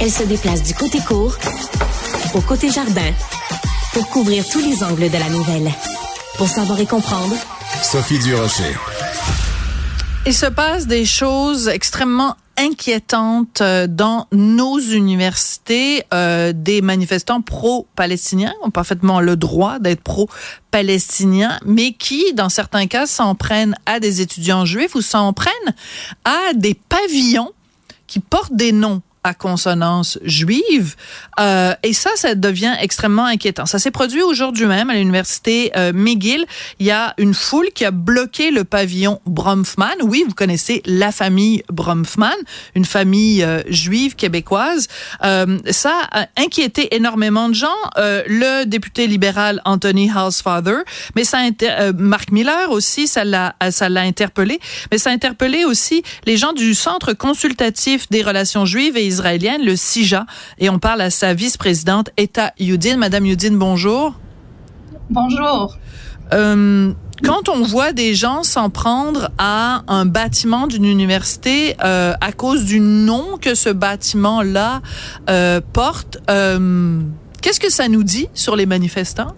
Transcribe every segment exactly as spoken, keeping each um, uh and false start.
Elle se déplace du côté court au côté jardin pour couvrir tous les angles de la nouvelle. Pour savoir et comprendre, Sophie Durocher. Il se passe des choses extrêmement inquiétantes dans nos universités. Euh, des manifestants pro-palestiniens ont parfaitement le droit d'être pro-palestiniens, mais qui, dans certains cas, s'en prennent à des étudiants juifs ou s'en prennent à des pavillons qui portent des noms à consonance juive. Euh, et ça, ça devient extrêmement inquiétant. Ça s'est produit aujourd'hui même à l'université euh, McGill. Il y a une foule qui a bloqué le pavillon Bronfman. Oui, vous connaissez la famille Bronfman, une famille euh, juive québécoise. Euh, ça a inquiété énormément de gens. Euh, le député libéral Anthony Housefather, mais ça a inter- euh, Marc Miller aussi, ça l'a, ça l'a interpellé. Mais ça a interpellé aussi les gens du Centre consultatif des relations juives et israélienne, le C I J A, et on parle à sa vice-présidente, Etta Youdin. Madame Youdin, bonjour. Bonjour. Euh, quand on voit des gens s'en prendre à un bâtiment d'une université euh, à cause du nom que ce bâtiment-là euh, porte, euh, qu'est-ce que ça nous dit sur les manifestants?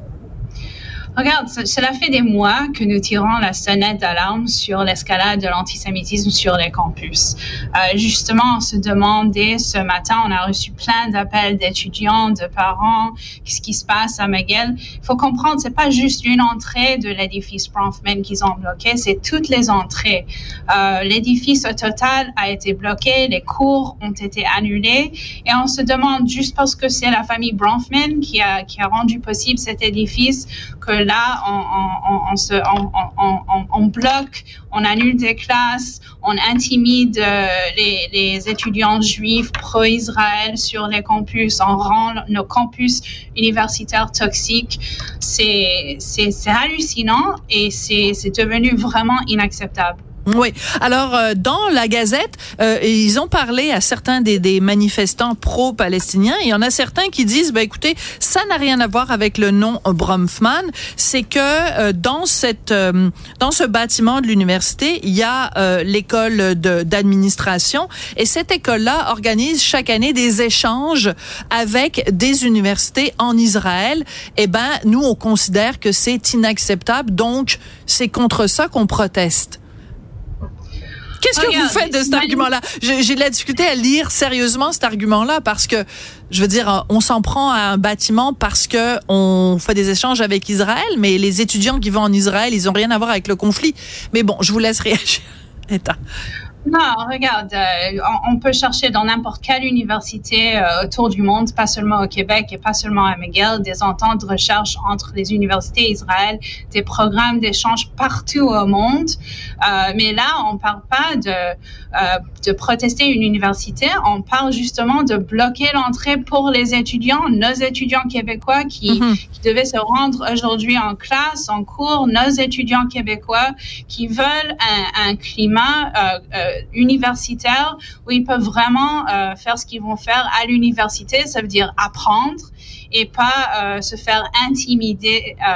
Regarde, cela fait des mois que nous tirons la sonnette d'alarme sur l'escalade de l'antisémitisme sur les campus. Euh, justement, on se demandait ce matin, on a reçu plein d'appels d'étudiants, de parents, qu'est-ce qui se passe à McGill. Il faut comprendre, c'est pas juste une entrée de l'édifice Bronfman qu'ils ont bloqué, c'est toutes les entrées. Euh, l'édifice au total a été bloqué, les cours ont été annulés, et on se demande juste parce que c'est la famille Bronfman qui a qui a rendu possible cet édifice que là, on, on, on, se, on, on, on, on bloque, on annule des classes, on intimide euh, les, les étudiants juifs pro-Israël sur les campus, on rend nos campus universitaires toxiques. C'est, c'est, c'est hallucinant et c'est, c'est devenu vraiment inacceptable. Oui. Alors, euh, dans la Gazette, euh, ils ont parlé à certains des, des manifestants pro-palestiniens. Il y en a certains qui disent, ben écoutez, ça n'a rien à voir avec le nom Bronfman. C'est que euh, dans cette, euh, dans ce bâtiment de l'université, il y a euh, l'école de, d'administration, et cette école-là organise chaque année des échanges avec des universités en Israël. Eh ben, nous, on considère que c'est inacceptable. Donc, c'est contre ça qu'on proteste. Qu'est-ce que Regarde, vous faites de cet argument-là? J'ai, j'ai de la difficulté à lire sérieusement cet argument-là parce que, je veux dire, on s'en prend à un bâtiment parce que on fait des échanges avec Israël, mais les étudiants qui vont en Israël, ils ont rien à voir avec le conflit. Mais bon, je vous laisse réagir. État. Non, regarde, euh, on, on peut chercher dans n'importe quelle université euh, autour du monde, pas seulement au Québec et pas seulement à McGill, des ententes de recherche entre les universités et Israël, des programmes d'échange partout au monde. Euh, mais là, on parle pas de, euh, de protester une université, on parle justement de bloquer l'entrée pour les étudiants, nos étudiants québécois qui, mm-hmm. qui devaient se rendre aujourd'hui en classe, en cours, nos étudiants québécois qui veulent un, un climat euh, euh, universitaires où ils peuvent vraiment euh, faire ce qu'ils vont faire à l'université, ça veut dire apprendre et pas euh, se faire intimider, euh,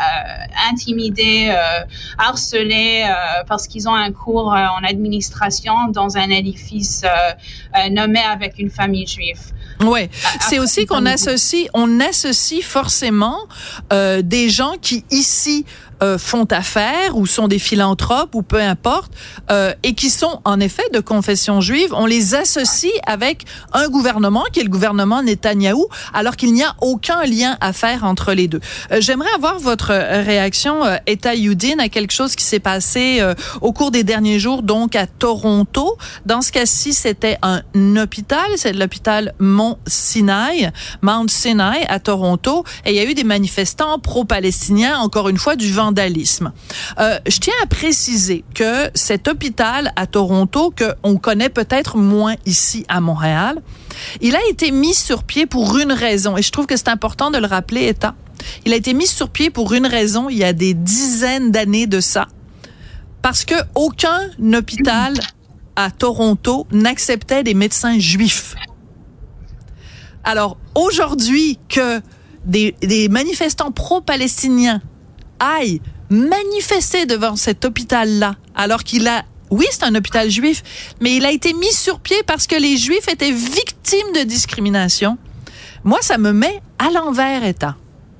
euh, intimider, euh, harceler euh, parce qu'ils ont un cours euh, en administration dans un édifice euh, euh, nommé avec une famille juive. Ouais, c'est aussi qu'on associe, on associe forcément euh, des gens qui ici euh, font affaire ou sont des philanthropes ou peu importe euh, et qui sont en effet de confession juive. On les associe avec un gouvernement qui est le gouvernement Netanyahou, alors qu'il n'y a aucun lien à faire entre les deux. Euh, j'aimerais avoir votre réaction, euh, Etta Youdin, à quelque chose qui s'est passé euh, au cours des derniers jours, donc à Toronto. Dans ce cas-ci, c'était un hôpital, c'est l'hôpital Mont Sinai, Mount Sinai à Toronto, et il y a eu des manifestants pro-palestiniens, encore une fois, du vandalisme. Euh, je tiens à préciser que cet hôpital à Toronto, qu'on connaît peut-être moins ici à Montréal, il a été mis sur pied pour une raison, et je trouve que c'est important de le rappeler, Etta. Il a été mis sur pied pour une raison il y a des dizaines d'années de ça, parce que aucun hôpital à Toronto n'acceptait des médecins juifs. Alors, aujourd'hui, que des, des manifestants pro-palestiniens aillent manifester devant cet hôpital-là, alors qu'il a Oui, c'est un hôpital juif, mais il a été mis sur pied parce que les Juifs étaient victimes de discrimination. Moi, ça me met à l'envers, État.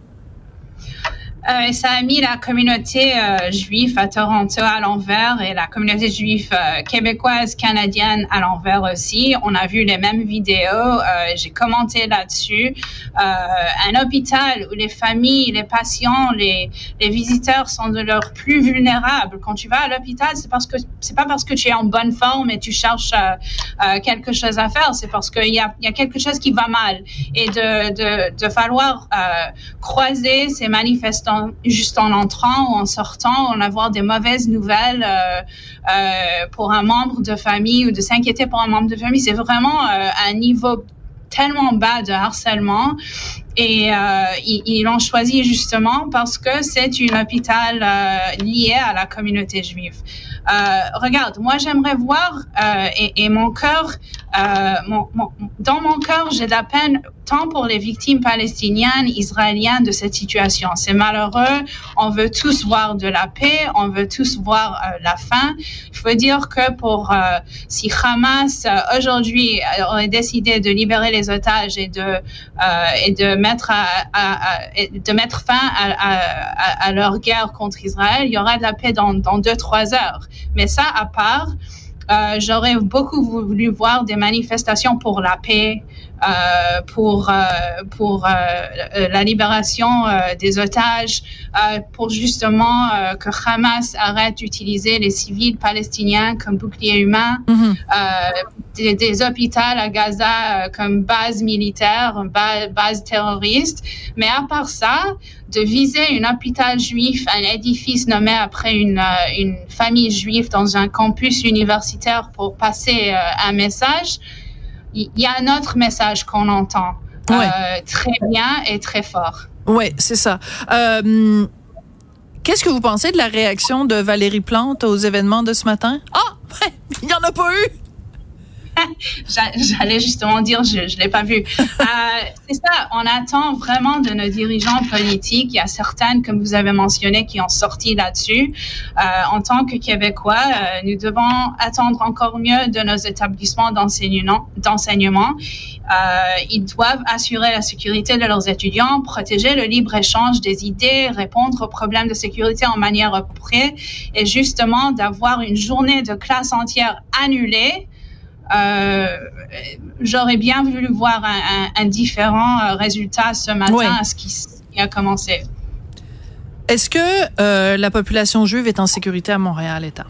Euh, ça a mis la communauté euh, juive à Toronto à l'envers et la communauté juive euh, québécoise, canadienne à l'envers aussi. On a vu les mêmes vidéos. Euh, j'ai commenté là-dessus. Euh, un hôpital où les familles, les patients, les, les visiteurs sont de leurs plus vulnérables. Quand tu vas à l'hôpital, c'est parce que c'est pas parce que tu es en bonne forme et tu cherches euh, euh, quelque chose à faire. C'est parce qu'il y a, il y a quelque chose qui va mal et de de, de falloir euh, croiser ces manifestants juste en entrant ou en sortant, en avoir des mauvaises nouvelles euh, euh, pour un membre de famille ou de s'inquiéter pour un membre de famille, c'est vraiment euh, un niveau tellement bas de harcèlement. Et euh, ils, ils l'ont choisi justement parce que c'est un hôpital euh, lié à la communauté juive. Euh, regarde, moi j'aimerais voir euh, et, et mon cœur, euh, mon, mon, dans mon cœur, j'ai de la peine tant pour les victimes palestiniennes, israéliennes de cette situation. C'est malheureux. On veut tous voir de la paix. On veut tous voir euh, la fin. Il faut dire que pour euh, si Hamas euh, aujourd'hui aurait décidé de libérer les otages et de euh, et de mettre à, à, à de mettre fin à, à, à leur guerre contre Israël, il y aura de la paix dans dans deux trois heures. Mais ça, à part, euh, j'aurais beaucoup voulu voir des manifestations pour la paix, euh, pour euh, pour euh, la libération euh, des otages, euh, pour justement euh, que Hamas arrête d'utiliser les civils palestiniens comme bouclier humain, mm-hmm. euh, des, des hôpitaux à Gaza euh, comme base militaire, base, base terroriste. Mais à part ça, de viser un hôpital juif, un édifice nommé après une, euh, une famille juive dans un campus universitaire pour passer euh, un message, il y a un autre message qu'on entend ouais. euh, très bien et très fort. Oui, c'est ça. Euh, qu'est-ce que vous pensez de la réaction de Valérie Plante aux événements de ce matin? Ah, il n'y en a pas eu! J'allais justement dire, je ne l'ai pas vu. Euh, c'est ça, on attend vraiment de nos dirigeants politiques. Il y a certaines, comme vous avez mentionné, qui ont sorti là-dessus. Euh, en tant que Québécois, euh, nous devons attendre encore mieux de nos établissements d'enseignement. d'enseignement. Euh, ils doivent assurer la sécurité de leurs étudiants, protéger le libre-échange des idées, répondre aux problèmes de sécurité en manière appropriée et justement d'avoir une journée de classe entière annulée. Euh, j'aurais bien voulu voir un, un, un différent euh, résultat ce matin oui. à ce qui, qui a commencé. Est-ce que euh, la population juive est en sécurité à Montréal, État?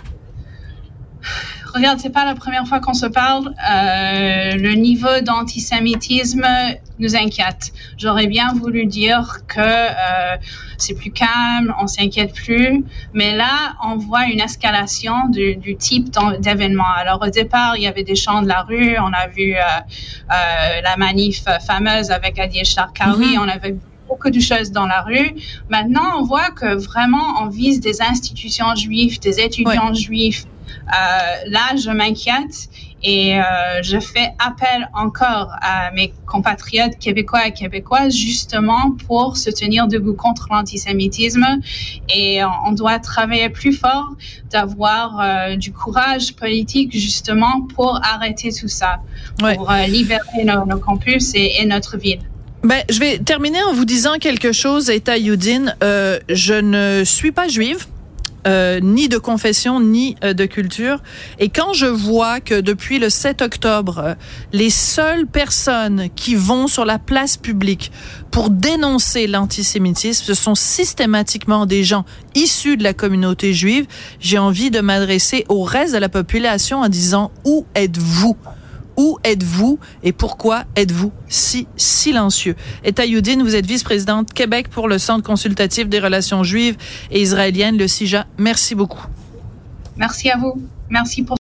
Regarde, c'est pas la première fois qu'on se parle. Euh, le niveau d'antisémitisme nous inquiète. J'aurais bien voulu dire que euh, c'est plus calme, on s'inquiète plus, mais là, on voit une escalation du, du type d'événement. Alors au départ, il y avait des chants de la rue, on a vu euh, euh, la manif fameuse avec Adiel Sharkawi, mm-hmm. on avait beaucoup de choses dans la rue. Maintenant, on voit que vraiment, on vise des institutions juives, des étudiants ouais. juifs. Euh, là, je m'inquiète et euh, je fais appel encore à mes compatriotes québécois et québécoises justement pour se tenir debout contre l'antisémitisme et on doit travailler plus fort, d'avoir euh, du courage politique justement pour arrêter tout ça, ouais. pour euh, libérer nos, nos campus et, et notre ville. Ben, je vais terminer en vous disant quelque chose, Etta Youdine. Euh, je ne suis pas juive. Euh, ni de confession, ni euh, de culture. Et quand je vois que depuis le sept octobre, euh, les seules personnes qui vont sur la place publique pour dénoncer l'antisémitisme, ce sont systématiquement des gens issus de la communauté juive, j'ai envie de m'adresser au reste de la population en disant « Où êtes-vous » Où êtes-vous et pourquoi êtes-vous si silencieux? Etta Youdine, vous êtes vice-présidente Québec pour le Centre consultatif des relations juives et israéliennes, le C I J A. Merci beaucoup. Merci à vous. Merci pour